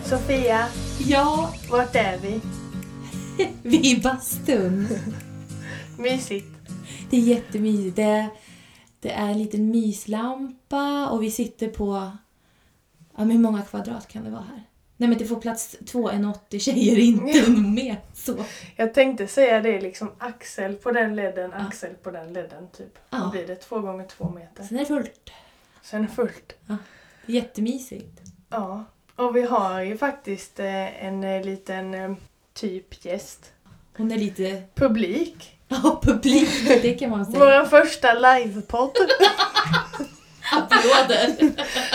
Sofia, Ja, vart är vi? vi är i bastun. Mysigt. Det är jättemysigt. Det är en liten myslampa och vi sitter på... Ja, men hur många kvadrat kan det vara här? Nej, men det får plats 2,80 tjejer, inte mer så. Jag tänkte säga det liksom axel på den ledden, axel på den ledden typ. Ja. Då blir det 2 gånger 2 meter. Sen är det fullt. Sen är fullt. Ja, det är jättemysigt. Ja, och vi har ju faktiskt en liten typ gäst. Hon är lite... Publik. Ja, publik, det kan man säga. Vår första livepodd. Applåder.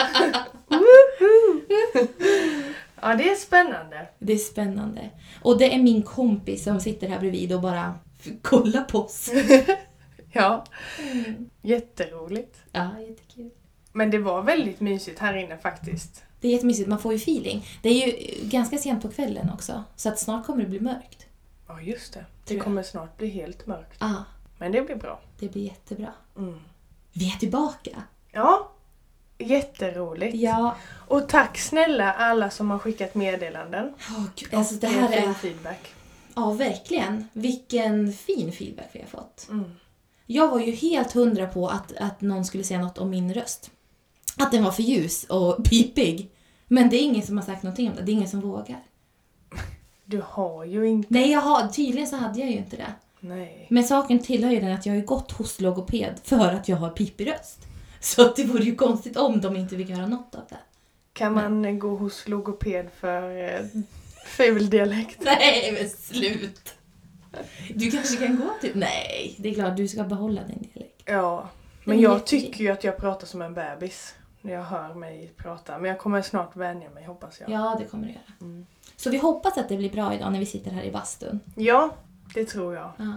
Ja, det är spännande. Det är spännande. Och det är min kompis som sitter här bredvid och bara kollar på oss. Ja, jätteroligt. Ja, jättekul. Men det var väldigt mysigt här inne faktiskt. Det är jättemysigt, man får ju feeling. Det är ju ganska sent på kvällen också, så att snart kommer det bli mörkt. Ja, just det. Det kommer snart bli helt mörkt. Ja, Men det blir bra. det blir jättebra. Mm. Vi är tillbaka. Ja, jätteroligt. Ja, Och tack snälla alla som har skickat meddelanden. alltså det Och här fin är... feedback. Ja, verkligen. Vilken fin feedback vi har fått. Mm. Jag var ju helt 100 på att någon skulle säga något om min röst. Att den var för ljus och pipig. Men det är ingen som har sagt någonting om det. Det är ingen som vågar. Du har ju inte... Nej, tydligen så hade jag ju inte det. Nej. Men saken tillhör ju den att jag har ju gått hos logoped för att jag har pipig röst. Så att det vore ju konstigt om de inte fick höra något av det. Kan man gå hos logoped för ful dialekt? Nej, men slut. Du kanske kan gå till... Nej, det är klart du ska behålla din dialekt. Ja, men jag tycker ju att jag pratar som en bebis när jag hör mig prata. Men jag kommer snart vänja mig, hoppas jag. Ja, det kommer du göra. Mm. Så vi hoppas att det blir bra idag när vi sitter här i bastun. Ja, det tror jag. Ja.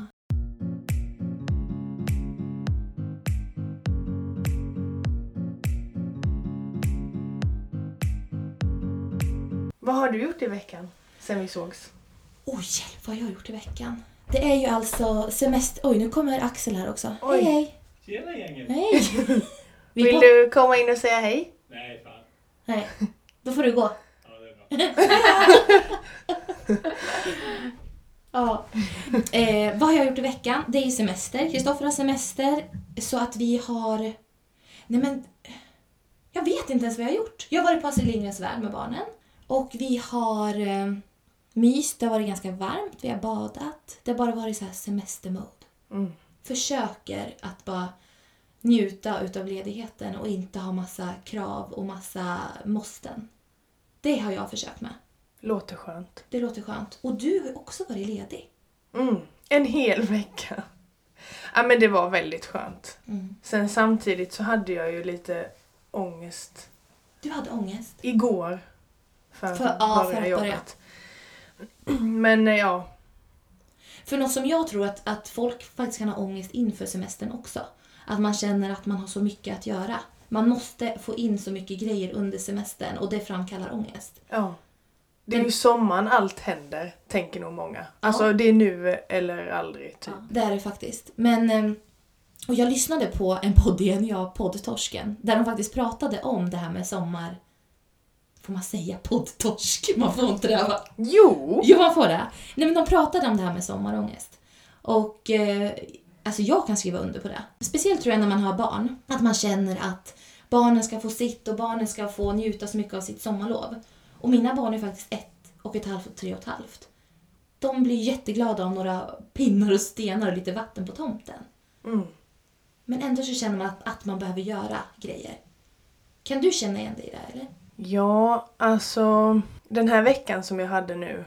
Vad har du gjort i veckan sen vi sågs? Hjälp, vad jag har gjort i veckan. Det är ju alltså semester... Oj, nu kommer Axel här också. Oj. Hej, hej. Tjena gänget! Hej. Vill du komma in och säga hej? Nej, fan. Nej, då får du gå. Ja, det är bra. Ja. Vad har jag gjort i veckan? Det är ju semester. Kristoffer har semester. Så att vi har... Nej men... Jag vet inte ens vad jag har gjort. Jag har varit på Astrid Lindgrens Värld med barnen. Och vi har myst. Det har varit ganska varmt. Vi har badat. Det har bara varit så här semestermode. Mm. Försöker att bara njuta utav ledigheten och inte ha massa krav och massa måsten. Det har jag försökt med. Låter skönt. Det låter skönt. Och du har ju också varit ledig. Mm. En hel vecka. Ja, men det var väldigt skönt. Mm. Sen samtidigt så hade jag ju lite ångest Du hade ångest. igår för att För börja att börja. jobbet. Men ja, För något som jag tror att folk faktiskt kan ha ångest inför semestern också. Att man känner att man har så mycket att göra. Man måste få in så mycket grejer under semestern och det framkallar ångest. ja. Det är ju sommaren allt händer, tänker nog många. Alltså det är nu eller aldrig typ. Ja, det är det faktiskt. Men, och jag lyssnade på en podd igen, poddtorsken. Där de faktiskt pratade om det här med sommar. Får man säga poddtorsk? Man får inte det, va? Jo! Jo, man får det. Nej, men de pratade om det här med sommarångest. Och alltså jag kan skriva under på det. Speciellt tror jag när man har barn. Att man känner att barnen ska få sitt och barnen ska få njuta så mycket av sitt sommarlov. Och mina barn är faktiskt 1,5 och 3,5. De blir jätteglada om några pinnar och stenar och lite vatten på tomten. Mm. Men ändå så känner man att man behöver göra grejer. Kan du känna igen dig i det, eller? Ja, alltså den här veckan som jag hade nu.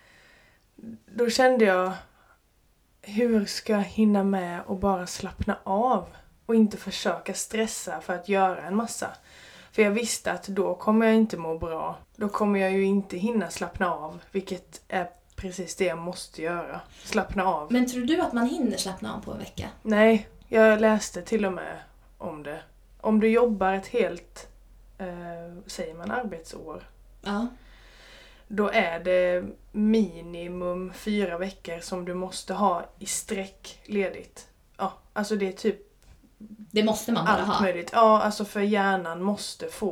Då kände jag, hur ska jag hinna med och bara slappna av? Och inte försöka stressa för att göra en massa. För jag visste att då kommer jag inte må bra. Då kommer jag ju inte hinna slappna av. Vilket är precis det jag måste göra. Slappna av. Men tror du att man hinner slappna av på en vecka? Nej, jag läste till och med om det. Om du jobbar ett helt, säger man, arbetsår. Ja. Då är det minimum 4 veckor som du måste ha i sträck ledigt. Ja, alltså det är typ Det måste man bara allt ha. möjligt. Ja, alltså för hjärnan måste få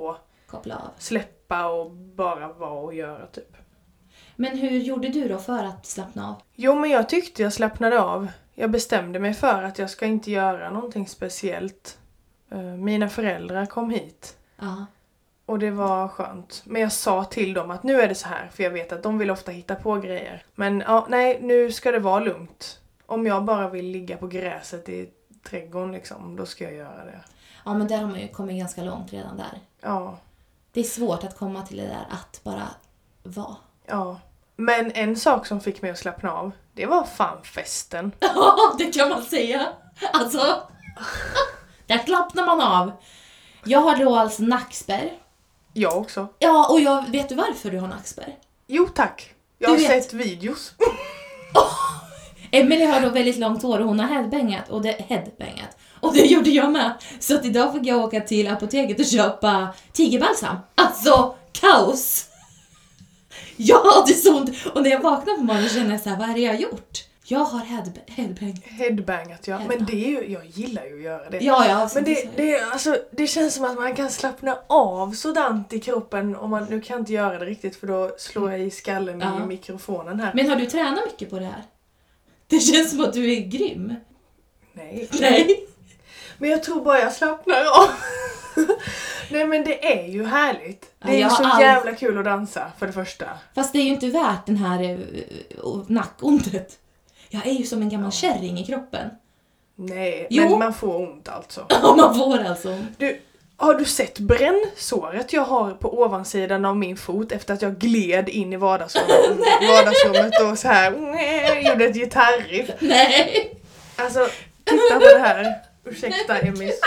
Koppla av. släppa och bara vara och göra typ. Men hur gjorde du då för att slappna av? Jo, men jag tyckte jag slappnade av. Jag bestämde mig för att jag ska inte göra någonting speciellt. Mina föräldrar kom hit. Ja. Och det var skönt. Men jag sa till dem att nu är det så här. För jag vet att de vill ofta hitta på grejer. Men ja, nej, nu ska det vara lugnt. Om jag bara vill ligga på gräset i trädgården liksom, då ska jag göra det. Ja, men där har man ju kommit ganska långt redan där. Ja, Det är svårt att komma till det där att bara vara. ja. Men en sak som fick mig att slappna av, det var fan festen. Ja, det kan man säga. Alltså, där slappnar man av. Jag har då alltså nackspärr. Jag också. Ja, och jag vet du varför du har nackspärr? Jo, tack. Jag har Du vet. sett videos. Emelie har då väldigt långt hår och hon har headbangat. Och det gjorde jag med. Så att idag fick jag åka till apoteket och köpa tigerbalsam. Alltså, kaos! Jag hade sånt. Och när jag vaknade på morgonen kände jag så här, vad är det jag har gjort? Jag har Headbangat, ja. Men det är ju, jag gillar ju att göra det. Ja. Men det känns som att man kan slappna av sådant i kroppen. Om man, nu kan jag inte göra det riktigt för då slår jag i skallen i mikrofonen här. Men har du tränat mycket på det här? Det känns som att du är grym. Nej. Men jag tror bara jag slappnar av. Nej, men det är ju härligt. Det är ju så jävla kul att dansa för det första. Fast det är ju inte värt den här nackontet. Jag är ju som en gammal kärring i kroppen. Nej, Jo. men man får ont alltså. Ja, man får alltså. Har du sett brännsåret jag har på ovansidan av min fot efter att jag gled in i vardagsrummet och så här gjorde ett gitarriff? Nej. Alltså, titta på det här. Ursäkta, Emis.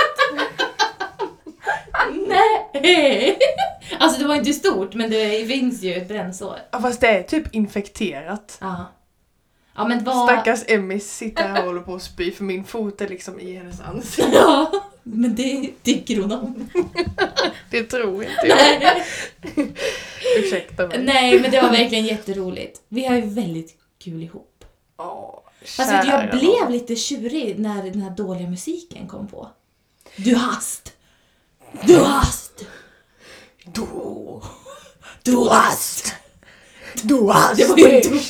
Nej. Alltså det var inte stort, men det finns ju ett brännsår. Ja, fast det är typ infekterat. Ja. Ja, men vad... Stackars Emis sitter här och håller på att spy för min fot är liksom i hennes ansikte. Ja, men det tycker hon om. Det tror inte jag. Nej. Ursäkta mig. Nej, men det var verkligen jätteroligt. Vi har ju väldigt kul ihop. Fast vet du, jag blev lite tjurig när den här dåliga musiken kom på. Du hast. Du hast. Det var ju inte...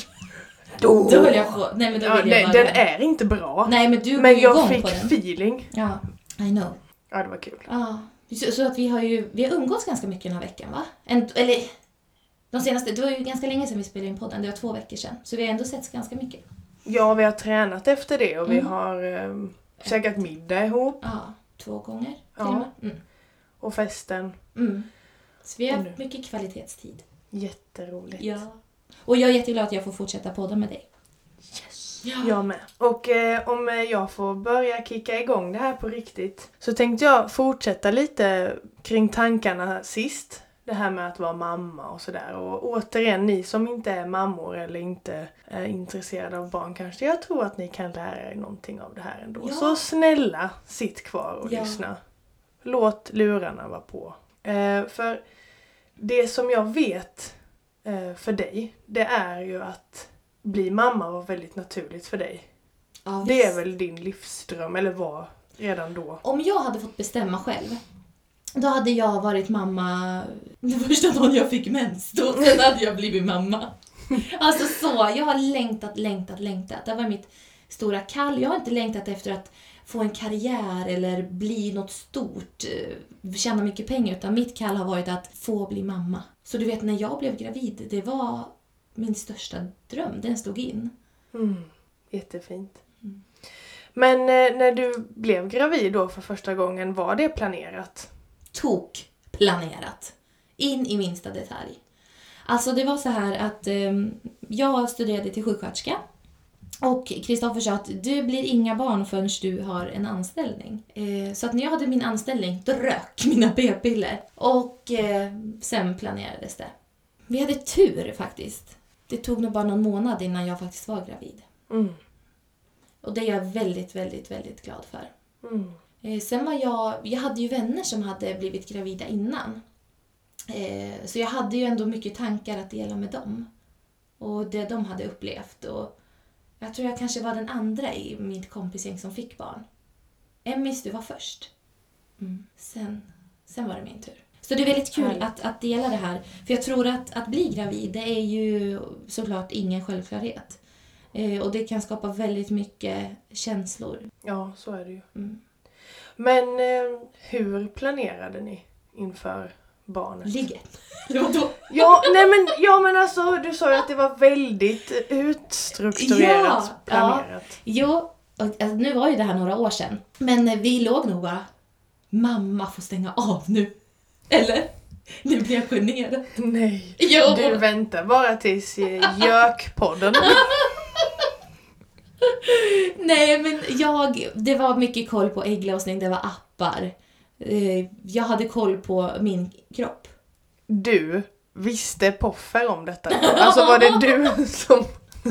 Då höll jag på. Nej, men då vill jag bara... Den är inte bra. Nej, men du går men ju jag igång fick på den. feeling. Ja, I know. Ja, det var kul. Ja, så att vi har umgåtts ganska mycket den här veckan, va? Eller, de senaste, det var ju ganska länge sedan vi spelade in podden, det var 2 veckor sedan. Så vi har ändå sett ganska mycket. Ja, vi har tränat efter det och vi har käkat middag ihop. Ja, 2 gånger till Ja. och med. Mm. Och festen. Mm. Så vi har haft mycket kvalitetstid. Jätteroligt. Ja. Och jag är jätteglad att jag får fortsätta podda med dig. Yes. Ja. Jag med. Och om jag får börja kicka igång det här på riktigt så tänkte jag fortsätta lite kring tankarna sist. Det här med att vara mamma och sådär. Och återigen, ni som inte är mammor eller inte är intresserade av barn kanske. Jag tror att ni kan lära er någonting av det här ändå. Ja. Så snälla, sitt kvar och lyssna. Låt lurarna vara på. För det som jag vet för dig, det är ju att bli mamma var väldigt naturligt för dig. Ja, det är väl din livsdröm, eller var redan då? Om jag hade fått bestämma själv, då hade jag varit mamma den första dagen jag fick mens. Då sen hade jag blivit mamma. Alltså så, jag har längtat. Det var mitt stora kall. Jag har inte längtat efter att få en karriär eller bli något stort, tjäna mycket pengar. Utan mitt kall har varit att få bli mamma. Så du vet, när jag blev gravid, det var min största dröm. Den stod in. Jättefint. Men när du blev gravid då för första gången, var det planerat? Planerat. In i minsta detalj. Alltså det var så här att jag studerade till sjuksköterska. Och Kristoffer sa att du blir inga barn förrän du har en anställning. Så att när jag hade min anställning, då rök mina p-piller. Och sen planerades det. Vi hade tur faktiskt. Det tog nog bara någon månad innan jag faktiskt var gravid. Och det är jag väldigt, väldigt, väldigt glad för. Sen var jag hade ju vänner som hade blivit gravida innan. Så jag hade ju ändå mycket tankar att dela med dem. Och det de hade upplevt. Och jag tror jag kanske var den andra i mitt kompisgäng som fick barn. Emmis, du var först. Sen var det min tur. Så det är väldigt kul Härligt. att dela det här. För jag tror att bli gravid, det är ju såklart ingen självklarhet. Och det kan skapa väldigt mycket känslor. Ja, så är det ju. Mm. Men hur planerade ni inför barnet? Ligger. Eller vadå? Ja, men alltså du sa ju att det var väldigt utstrukturerat, Ja, planerat. Jo, och, alltså, nu var ju det här några år sedan. Men vi låg nog bara, mamma får stänga av nu. Eller? Nu blir jag generad. Nej, Jo. du väntar bara tills Gökpodden. Nej, men det var mycket koll på ägglossning, det var appar. Jag hade koll på min kropp. Du visste Poffer om detta? Alltså var det du som...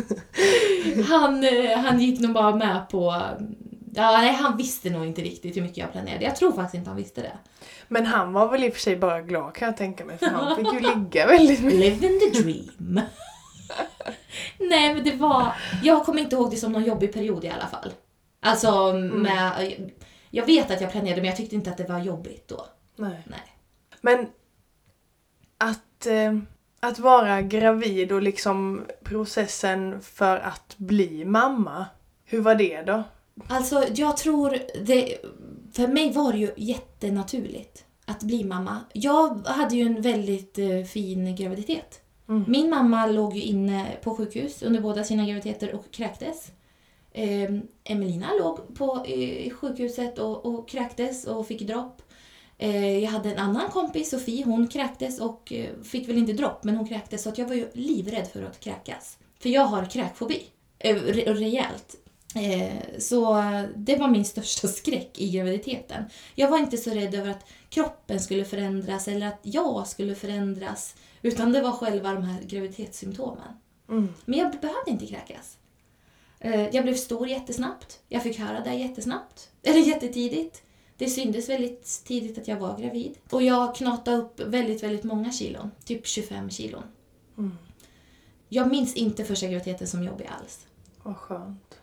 Han gick nog bara med på... Ja, nej, han visste nog inte riktigt hur mycket jag planerade. Jag tror faktiskt inte han visste det. Men han var väl i och för sig bara glad kan jag tänka mig. För han fick ju ligga väldigt mycket. Living the dream. Nej, men det var... Jag kommer inte ihåg det som någon jobbig period i alla fall. Alltså, jag vet att jag planerade, men jag tyckte inte att det var jobbigt då. Nej. Nej. Men att vara gravid och liksom processen för att bli mamma. Hur var det då? Alltså, jag tror det... För mig var det ju jättenaturligt att bli mamma. Jag hade ju en väldigt fin graviditet. Mm. Min mamma låg ju inne på sjukhus under båda sina graviditeter och kräktes. Emelina låg på sjukhuset och kräktes och fick dropp. Jag hade en annan kompis, Sofie, hon kräktes och fick väl inte dropp, men hon kräktes, så att jag var ju livrädd för att kräkas. För jag har kräkfobi, rejält. Så det var min största skräck i graviditeten. Jag var inte så rädd över att kroppen skulle förändras eller att jag skulle förändras, utan det var själva de här graviditetssymptomen. Mm. Men jag behövde inte kräkas. Jag blev stor jättesnabbt. Jag fick höra det jättesnabbt. Eller jättetidigt. Det syntes väldigt tidigt att jag var gravid. Och jag knatade upp väldigt, väldigt många kilon. Typ 25 kilon. Mm. Jag minns inte första graviditeten som jobbig alls. Vad skönt.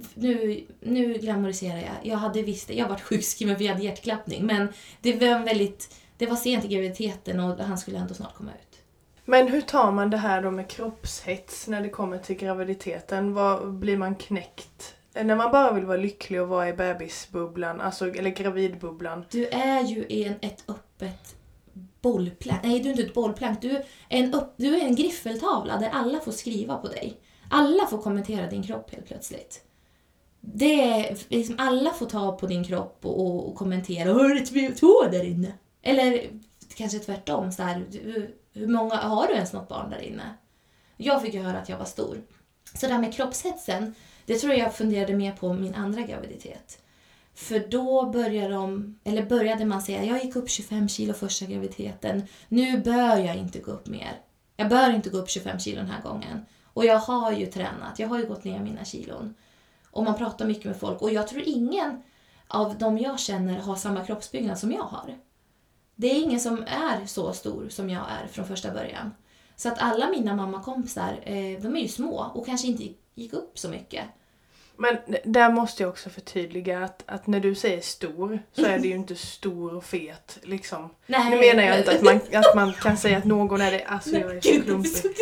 Nu glamoriserar jag. Jag hade visst det. Jag var sjukskriven för jag hade hjärtklappning. Men det var sent i graviditeten och han skulle ändå snart komma ut. Men hur tar man det här då med kroppshets när det kommer till graviditeten? Vad blir man knäckt? När man bara vill vara lycklig och vara i bebisbubblan, alltså, eller gravidbubblan. Du är ju ett öppet bollplank. Nej, du är inte ett bollplank. Du är en griffeltavla där alla får skriva på dig. Alla får kommentera din kropp helt plötsligt. Det är liksom, alla får ta på din kropp och kommentera. Har du ett tå där inne? Eller kanske tvärtom. Så här, hur många har du ens något barn där inne? Jag fick ju höra att jag var stor. Så det här med kroppshetsen, det tror jag funderade mer på min andra graviditet. För då började man säga, jag gick upp 25 kilo första graviditeten. Nu bör jag inte gå upp mer. Jag bör inte gå upp 25 kilo den här gången. Och jag har ju tränat, jag har ju gått ner mina kilon. Och man pratar mycket med folk. Och jag tror ingen av dem jag känner har samma kroppsbyggnad som jag har. Det är ingen som är så stor som jag är från första början. Så att alla mina mammakompisar, de är ju små och kanske inte gick upp så mycket. Men där måste jag också förtydliga att när du säger stor så är det ju inte stor och fet liksom. Nej. Nu menar jag inte att man kan säga att någon är det. Alltså jag är så klumpig.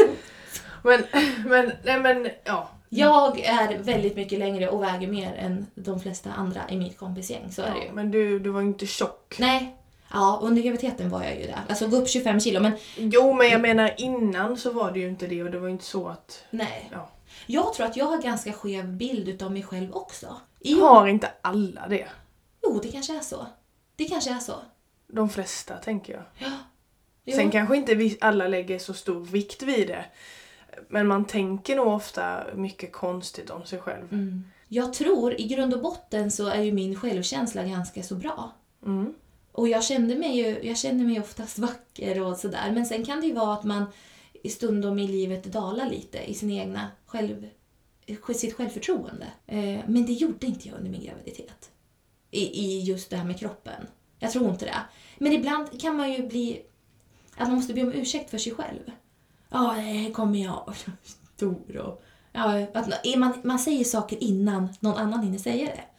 Men ja. Jag är väldigt mycket längre och väger mer än de flesta andra i mitt kompisgäng, så är det ju. Men du var inte tjock. Nej. Ja, under graviditeten var jag ju där. Alltså gå upp 25 kilo, men... Jo, men jag menar innan så var det ju inte det och det var ju inte så att... Nej. Ja. Jag tror att jag har ganska skev bild av mig själv också. Har inte alla det? Jo, det kanske är så. Det kanske är så. De flesta, tänker jag. Ja. Jo. Sen kanske inte alla lägger så stor vikt vid det. Men man tänker nog ofta mycket konstigt om sig själv. Mm. Jag tror, i grund och botten så är ju min självkänsla ganska så bra. Mm. Och jag känner mig oftast vacker och sådär. Men sen kan det ju vara att man i stundom i livet dalar lite i sin egna sitt självförtroende. Men det gjorde inte jag under min graviditet. I just det här med kroppen. Jag tror inte det. Men ibland kan man ju bli... Att man måste be om ursäkt för sig själv. Ja, det kommer jag stor och... Ja, att man säger saker innan någon annan hinner säga det.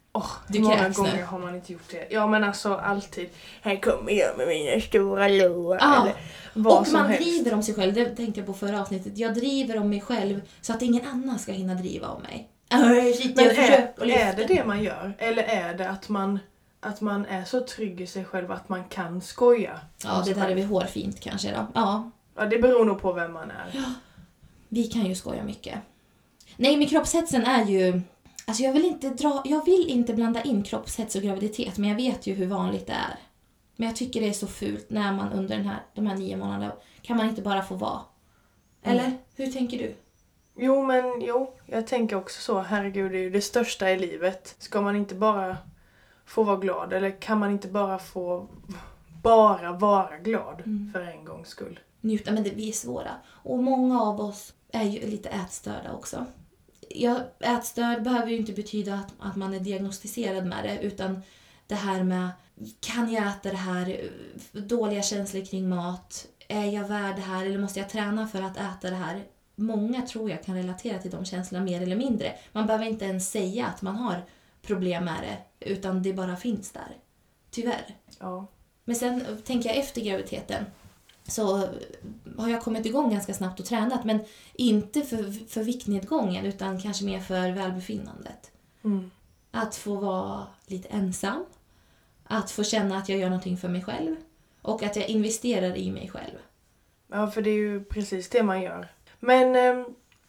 Du hur många kräks nu. gånger har man inte gjort det? Ja, men alltså alltid. Här kommer jag med mina stora lår. Ja. Eller vad Och som man helst. driver om sig själv, det tänkte jag på förra avsnittet. Jag driver om mig själv så att ingen annan ska hinna driva om mig. Men Men är det det man gör? Eller är det att man är så trygg i sig själv att man kan skoja? Ja, det där är väl hårfint kanske då. Ja, Ja, det beror nog på vem man är. vi kan ju skoja mycket. Nej, men kroppshetsen är ju... Alltså jag vill inte blanda in kroppshets och graviditet, men jag vet ju hur vanligt det är. Men jag tycker det är så fult när man under de här 9 månaderna kan man inte bara få vara. Eller? Hur tänker du? Jo, jag tänker också så. Herregud, det är ju det största i livet. Ska man inte bara få vara glad? Eller kan man inte bara få vara glad för en gångs skull? Njuta, men vi är svåra. Och många av oss är ju lite ätstörda också. Ätstörd behöver ju inte betyda att man är diagnostiserad med det, utan det här med, kan jag äta det här, dåliga känslor kring mat, är jag värd det här eller måste jag träna för att äta det här? Många tror jag kan relatera till de känslorna mer eller mindre. Man behöver inte ens säga att man har problem med det, utan det bara finns där. Tyvärr. Ja. Men sen tänker jag efter graviditeten så har jag kommit igång ganska snabbt och tränat, men inte för viktnedgången utan kanske mer för välbefinnandet. Att få vara lite ensam, att få känna att jag gör någonting för mig själv och att jag investerar i mig själv. Ja, för det är ju precis det man gör. Men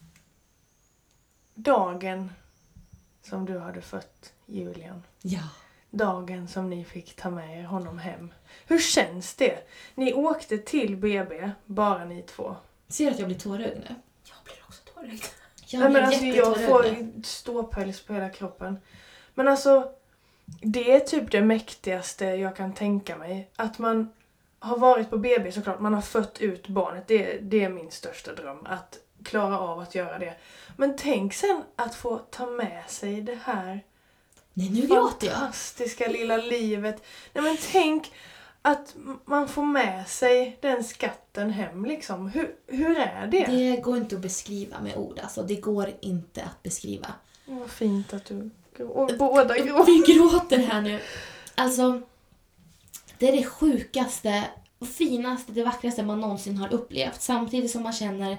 dagen som du hade fött Julian, Ja. dagen som ni fick ta med er honom hem. Hur känns det? Ni åkte till BB, bara ni två. Ser du att jag blir tårögd nu? Jag blir också tårögd. Jag får ståpäls på hela kroppen. Men alltså, det är typ det mäktigaste jag kan tänka mig. Att man har varit på BB såklart, man har fött ut barnet. Det är min största dröm, att klara av att göra det. Men tänk sen att få ta med sig det här Nej, nu gråter jag. fantastiska lilla livet. Nej, men tänk att man får med sig den skatten hem liksom. Hur är det? Det går inte att beskriva med ord. Alltså, det går inte att beskriva. Vad fint att du och båda gråter. Vi gråter här nu. Alltså, det är det sjukaste och finaste, det vackraste man någonsin har upplevt. Samtidigt som man känner,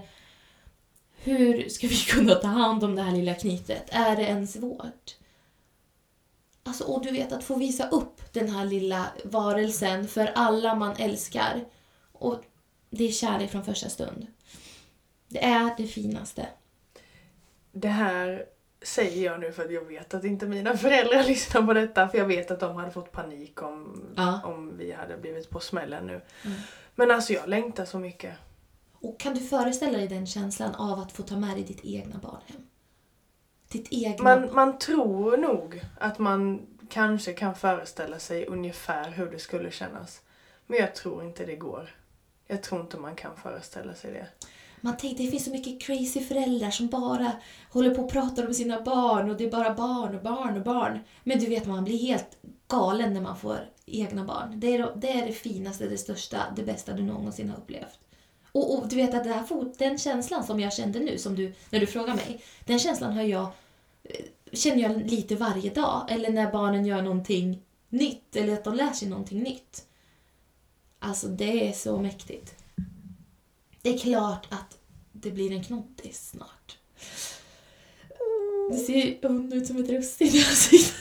hur ska vi kunna ta hand om det här lilla knytet? Är det ens svårt? Alltså, och du vet, att få visa upp den här lilla varelsen för alla man älskar. Och det är kärlek från första stund. Det är det finaste. Det här säger jag nu för att jag vet att inte mina föräldrar lyssnar på detta. För jag vet att de hade fått panik om vi hade blivit på smällen nu. Men alltså, jag längtar så mycket. Och kan du föreställa dig den känslan av att få ta med dig ditt egna barn hem? Ditt egna Man tror nog att man kanske kan föreställa sig ungefär hur det skulle kännas. Men jag tror inte det går. Jag tror inte man kan föreställa sig det. Man tänkte, det finns så mycket crazy föräldrar som bara håller på och pratar om sina barn och det är bara barn och barn och barn. Men du vet, man blir helt galen när man får egna barn. Det är det finaste, det största, det bästa du någonsin har upplevt. Och du vet att den känslan som jag kände nu, när du frågar mig, den känslan känner jag lite varje dag. Eller när barnen gör någonting nytt, eller att de lär sig någonting nytt. Alltså, det är så mäktigt. Det är klart att det blir en knottis snart. Det ser ut som ett russin i ansiktet.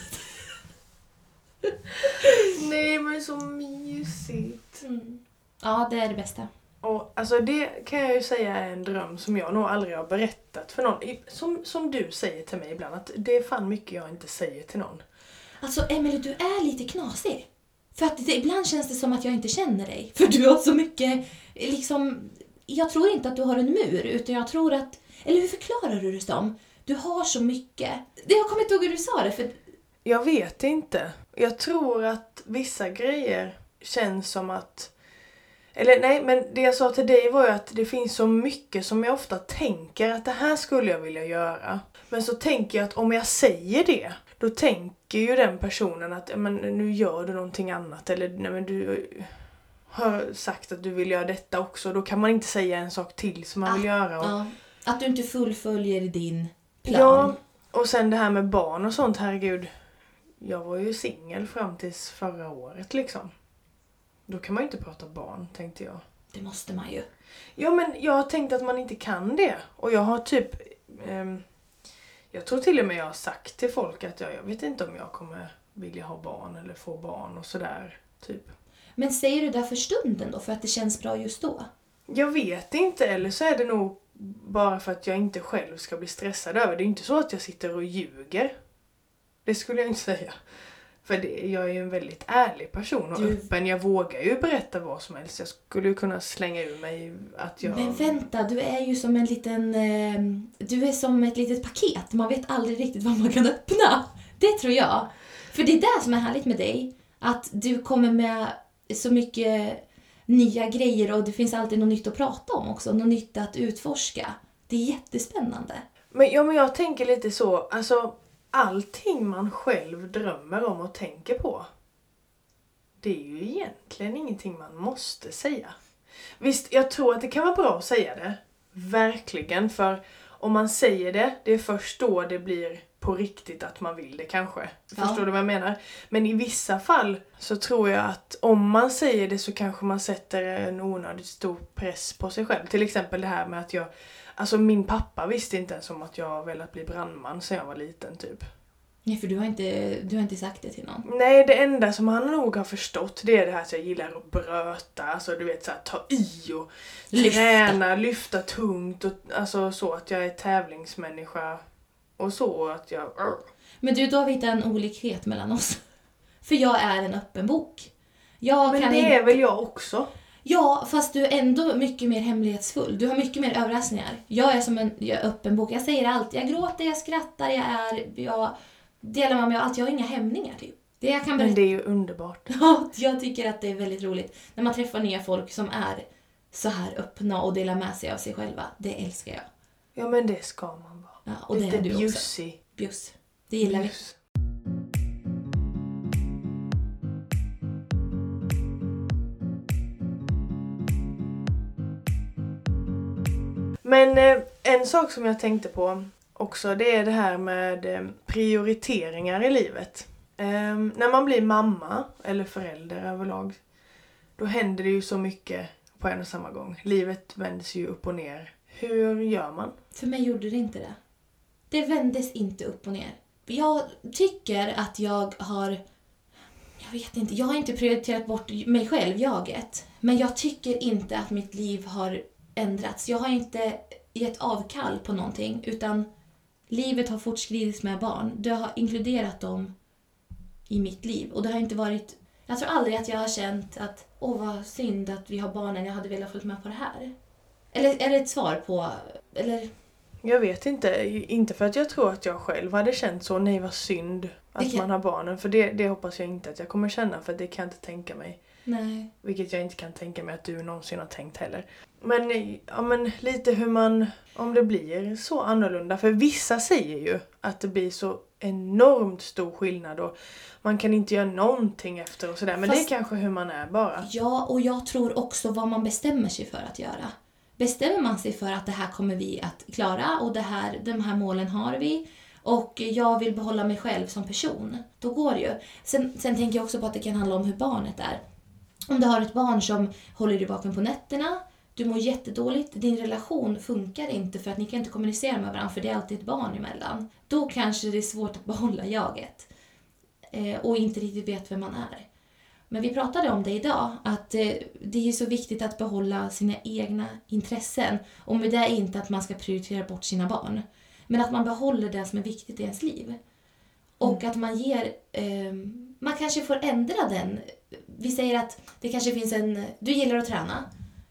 Nej, men så mysigt. Ja, det är det bästa. Och alltså, det kan jag ju säga är en dröm som jag nog aldrig har berättat för någon. Som du säger till mig ibland, att det är fan mycket jag inte säger till någon. Alltså, Emelie, du är lite knasig. För att ibland känns det som att jag inte känner dig. För du har så mycket, liksom... Jag tror inte att du har en mur, utan jag tror att... Eller hur förklarar du det som? Du har så mycket. Jag kommer inte ihåg hur du sa det, för... Jag vet inte. Jag tror att vissa grejer känns som att... Eller nej, men det jag sa till dig var ju att det finns så mycket som jag ofta tänker att det här skulle jag vilja göra. Men så tänker jag att om jag säger det, då tänker ju den personen att men, nu gör du någonting annat. Eller nej, men du har sagt att du vill göra detta också. Då kan man inte säga en sak till som man vill göra. Och... Ja, att du inte fullföljer din plan. Ja, och sen det här med barn och sånt, herregud. jag var ju singel fram tills förra året liksom. Då kan man ju inte prata barn, tänkte jag. Det måste man ju. Ja, men jag har tänkt att man inte kan det. Och jag har typ... jag tror till och med jag har sagt till folk att jag vet inte om jag kommer vilja ha barn eller få barn och sådär, typ. Men säger du det för stunden då, för att det känns bra just då? Jag vet inte, eller så är det nog bara för att jag inte själv ska bli stressad över. Det är inte så att jag sitter och ljuger. Det skulle jag inte säga. För jag är ju en väldigt ärlig person och öppen. Jag vågar ju berätta vad som helst. Jag skulle ju kunna slänga ur mig att jag... Men vänta, du är ju som en liten... du är som ett litet paket. Man vet aldrig riktigt vad man kan öppna. Det tror jag. För det är det som är härligt med dig. Att du kommer med så mycket nya grejer och det finns alltid något nytt att prata om också. Något nytt att utforska. Det är jättespännande. Men jag tänker lite så, alltså allting man själv drömmer om och tänker på, det är ju egentligen ingenting man måste säga. Visst, jag tror att det kan vara bra att säga det. Verkligen, för om man säger det, det är först då det blir på riktigt att man vill det kanske. Förstår du vad jag menar? Men i vissa fall så tror jag att om man säger det så kanske man sätter en onödigt stor press på sig själv. Till exempel det här med att alltså min pappa visste inte ens om att jag velat bli brandman sedan jag var liten typ. Nej, för du har inte sagt det till någon. Nej, det enda som han nog har förstått det är det här att jag gillar att bröta. Alltså du vet, så här, ta i och träna, lyfta tungt. Och, alltså så att jag är tävlingsmänniska. Och så att jag... Men du, då har vi hittat en olikhet mellan oss. För jag är en öppen bok. Men det är väl jag också? Ja, fast du är ändå mycket mer hemlighetsfull. Du har mycket mer överraskningar. Jag är som en öppen bok. Jag säger allt. Jag gråter, jag skrattar, jag delar med mig av allt. Jag har inga hämningar typ. Men det är ju underbart. Ja, jag tycker att det är väldigt roligt. När man träffar nya folk som är så här öppna och delar med sig av sig själva. Det älskar jag. Ja, men det ska man vara. Ja, och det är du bjussig. också. Bjuss. Det gillar vi. Men en sak som jag tänkte på också, det är det här med prioriteringar i livet. När man blir mamma eller förälder överlag, då händer det ju så mycket på en och samma gång. Livet vänds ju upp och ner. Hur gör man? För mig gjorde det inte det. Det vändes inte upp och ner. Jag tycker att jag har inte prioriterat bort mig själv, jaget. Men jag tycker inte att mitt liv har ändrats. Jag har inte gett avkall på någonting, utan livet har fortskridits med barn. Det har inkluderat dem i mitt liv. Och det har inte varit... Jag tror aldrig att jag har känt att vad synd att vi har barnen, jag hade velat följa med på det här. Eller är det ett svar på... Eller... Jag vet inte. Inte för att jag tror att jag själv hade känt så. Nej, vad synd att man har barnen. För det hoppas jag inte att jag kommer känna. För det kan jag inte tänka mig. Nej. Vilket jag inte kan tänka mig att du någonsin har tänkt heller. Men lite hur man... Om det blir så annorlunda. För vissa säger ju att det blir så enormt stor skillnad. Och man kan inte göra någonting efter och sådär. Men det är kanske hur man är bara. Ja, och jag tror också vad man bestämmer sig för att göra. Bestämmer man sig för att det här kommer vi att klara och de här målen har vi och jag vill behålla mig själv som person, då går det ju. Sen tänker jag också på att det kan handla om hur barnet är. Om du har ett barn som håller dig vaken på nätterna, du mår jättedåligt, din relation funkar inte för att ni kan inte kommunicera med varandra för det är alltid ett barn emellan. Då kanske det är svårt att behålla jaget och inte riktigt vet vem man är. Men vi pratade om det idag, att det är så viktigt att behålla sina egna intressen. Och med det är inte att man ska prioritera bort sina barn. Men att man behåller det som är viktigt i ens liv. Och att man ger... man kanske får ändra den. Vi säger att det kanske finns du gillar att träna.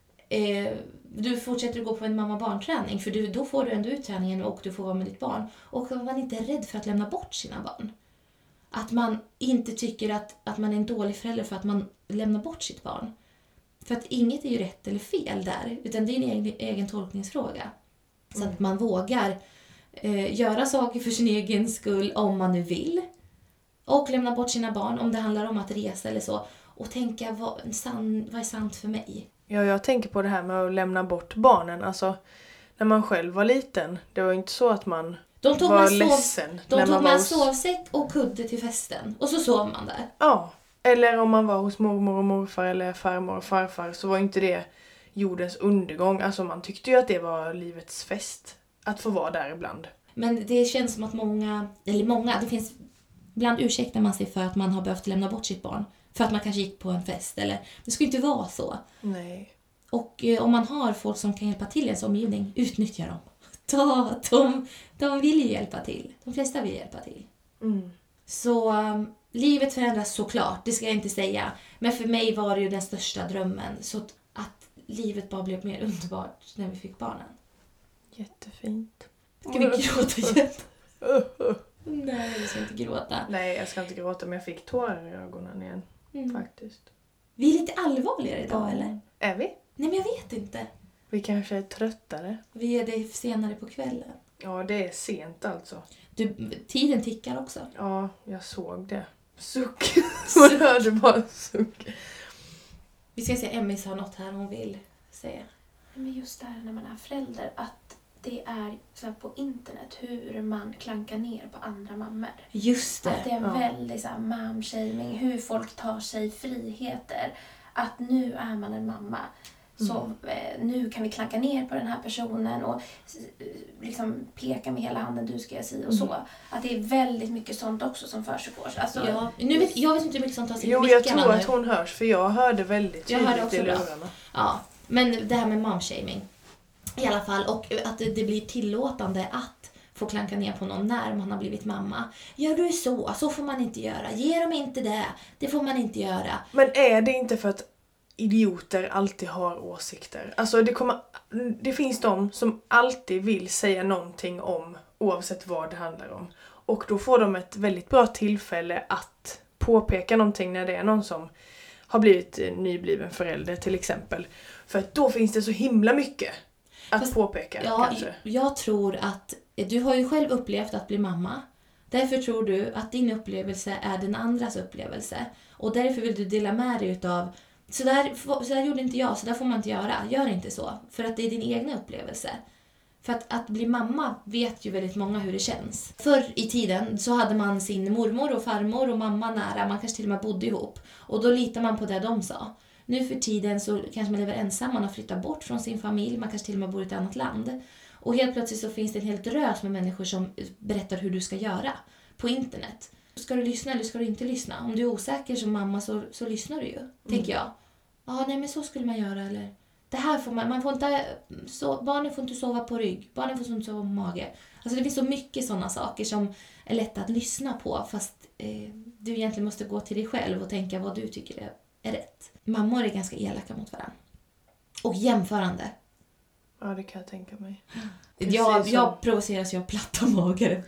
Du fortsätter att gå på en mamma-barn-träning. För då får du ändå ut träningen och du får vara med ditt barn. Och att man inte är rädd för att lämna bort sina barn. Att man inte tycker att man är en dålig förälder för att man lämnar bort sitt barn. För att inget är ju rätt eller fel där. Utan det är en egen tolkningsfråga. Så att man vågar göra saker för sin egen skull om man nu vill. Och lämna bort sina barn om det handlar om att resa eller så. Och tänka vad är sant för mig. Ja, jag tänker på det här med att lämna bort barnen. Alltså, när man själv var liten. Det var inte så att man... De tog var med, ledsen de när tog man var med hos... sovsäck och kudde till festen. Och så sov man där. Ja, eller om man var hos mormor och morfar eller farmor och farfar så var inte det jordens undergång. Alltså man tyckte ju att det var livets fest att få vara där ibland. Men det känns som att många, det finns, ibland ursäktar man sig för att man har behövt lämna bort sitt barn. För att man kanske gick på en fest. Eller, det ska inte vara så. Nej. Och om man har folk som kan hjälpa till i ens omgivning, utnyttja dem. De vill ju hjälpa till. De flesta vill hjälpa till. Mm. Så livet förändras såklart, det ska jag inte säga. Men för mig var det ju den största drömmen. Så att livet bara blev mer underbart när vi fick barnen. Jättefint. Ska vi gråta igen? Nej, vi ska inte gråta. Nej, jag ska inte gråta men jag fick tårar i ögonen igen. Faktiskt. Vi är lite allvarligare idag, eller? Är vi? Nej, men jag vet inte. Vi kanske är tröttare. Vi är det senare på kvällen. Ja, det är sent alltså. Tiden tickar också. Ja, jag såg det. Suck. Man hörde bara suck. Vi ska se, Emmis har något här hon vill säga. Men just det här när man är förälder, att det är så här på internet hur man klankar ner på andra mammor. Just Att det det. är väldigt så här mom-shaming, hur folk tar sig friheter. Att nu är man en mamma. Så nu kan vi klanka ner på den här personen och liksom peka med hela handen, du ska jag säga och så. Att det är väldigt mycket sånt också som försiggår. Alltså, Ja, jag vet inte hur mycket sånt tar sig Jo, jag tror att hon hörs för jag hörde väldigt Jag hörde tydligt i också bra. lurarna. Ja, men det här med momshaming i alla fall, och att det blir tillåtande att få klanka ner på någon när man har blivit mamma. Gör du så får man inte göra. Ge dem inte det får man inte göra. Men är det inte för att idioter alltid har åsikter? Alltså det finns de som alltid vill säga någonting om oavsett vad det handlar om. Och då får de ett väldigt bra tillfälle att påpeka någonting när det är någon som har blivit nybliven förälder till exempel. För att då finns det så himla mycket att påpeka kanske. Jag tror att du har ju själv upplevt att bli mamma. Därför tror du att din upplevelse är den andras upplevelse. Och därför vill du dela med dig utav så där gjorde inte jag, så där får man inte göra. Gör inte så. För att det är din egna upplevelse. För att bli mamma vet ju väldigt många hur det känns. Förr i tiden så hade man sin mormor och farmor och mamma nära. Man kanske till och med bodde ihop. Och då litar man på det de sa. Nu för tiden så kanske man lever ensam. Man har flyttat bort från sin familj. Man kanske till och med bor i ett annat land. Och helt plötsligt så finns det en helt drös med människor som berättar hur du ska göra på internet. Ska du lyssna eller ska du inte lyssna? Om du är osäker som mamma så lyssnar du ju, tänker jag. Ja, nej men så skulle man göra, eller det här får man får inte barnen får inte sova på rygg, barnen får inte sova på mage. Alltså det finns så mycket sådana saker som är lätta att lyssna på, fast du egentligen måste gå till dig själv och tänka vad du tycker är rätt. Mammor är ganska elaka mot varandra. Och jämförande. Ja, det kan jag tänka mig. Jag provoceras ju av platta magar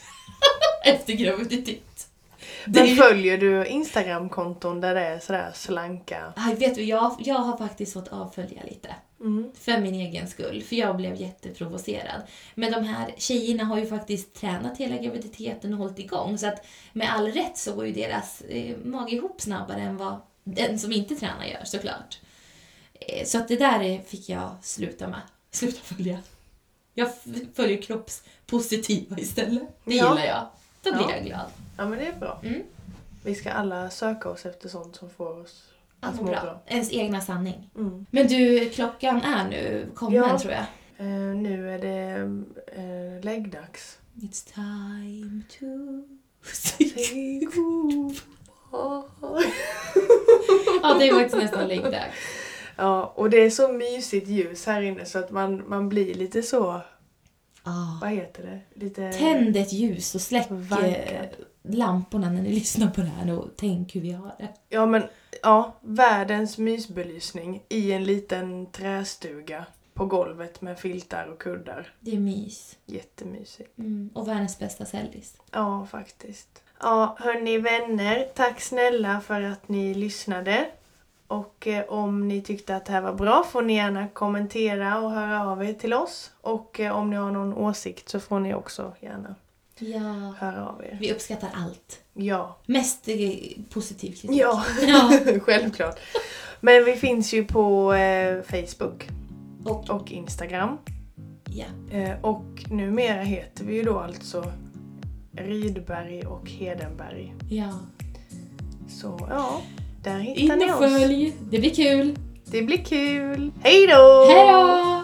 efter graviditet. Men följer du Instagram-konton där det är sådär slanka? Vet du, jag har faktiskt fått avfölja lite. För min egen skull. För jag blev jätteprovocerad. Men de här tjejerna har ju faktiskt tränat hela graviditeten och hållit igång. Så att med all rätt så går ju deras mage ihop snabbare än vad den som inte tränar gör, såklart. Så att det där fick jag sluta följa. Jag följer kroppspositiva istället. Det gillar jag. Då blir jag glad. Ja, men det är bra. Vi ska alla söka oss efter sånt som får oss att må bra. Ens egna sanning. Men du, klockan är nu kommen, tror jag. Nu är det läggdags. It's time to say goodbye. Ja, det är faktiskt nästan läggdags. Ja, och det är så mysigt ljus här inne så att man blir lite så... Vad heter det? Lite... Tänd ett ljus och släck lamporna när ni lyssnar på det här och tänk hur vi har det. Ja, men världens mysbelysning i en liten trästuga på golvet med filtar och kuddar. Det är mys. Jättemysigt. Och världens bästa sällis. Ja, faktiskt. Ja, hörni vänner, tack snälla för att ni lyssnade. Och om ni tyckte att det här var bra får ni gärna kommentera och höra av er till oss. Och om ni har någon åsikt så får ni också gärna höra av er. Vi uppskattar allt. Ja. Mest positiv kritik. Ja. Självklart. Men vi finns ju på Facebook och Instagram. Ja. Och numera heter vi ju då alltså Rydberg och Hedenberg. Ja. Så ja, där hittar In ni och oss. följ. Det blir kul. Det blir kul. Hej då! Hej då!